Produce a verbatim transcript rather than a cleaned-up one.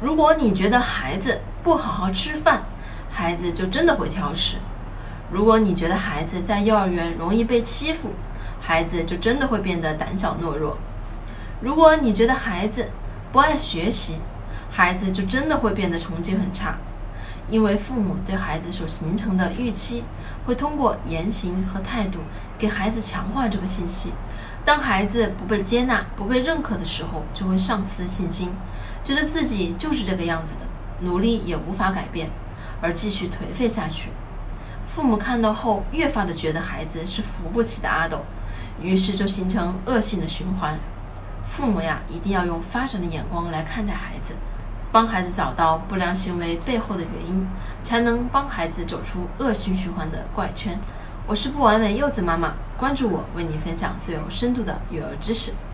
如果你觉得孩子不好好吃饭，孩子就真的会挑食；如果你觉得孩子在幼儿园容易被欺负，孩子就真的会变得胆小懦弱；如果你觉得孩子不爱学习，孩子就真的会变得成绩很差。因为父母对孩子所形成的预期，会通过言行和态度给孩子强化这个信息。当孩子不被接纳、不被认可的时候，就会丧失信心，觉得自己就是这个样子的，努力也无法改变，而继续颓废下去。父母看到后，越发的觉得孩子是扶不起的阿斗，于是就形成恶性的循环。父母呀，一定要用发展的眼光来看待孩子，帮孩子找到不良行为背后的原因，才能帮孩子走出恶性循环的怪圈。我是不完美柚子妈妈，关注我，为你分享最有深度的育儿知识。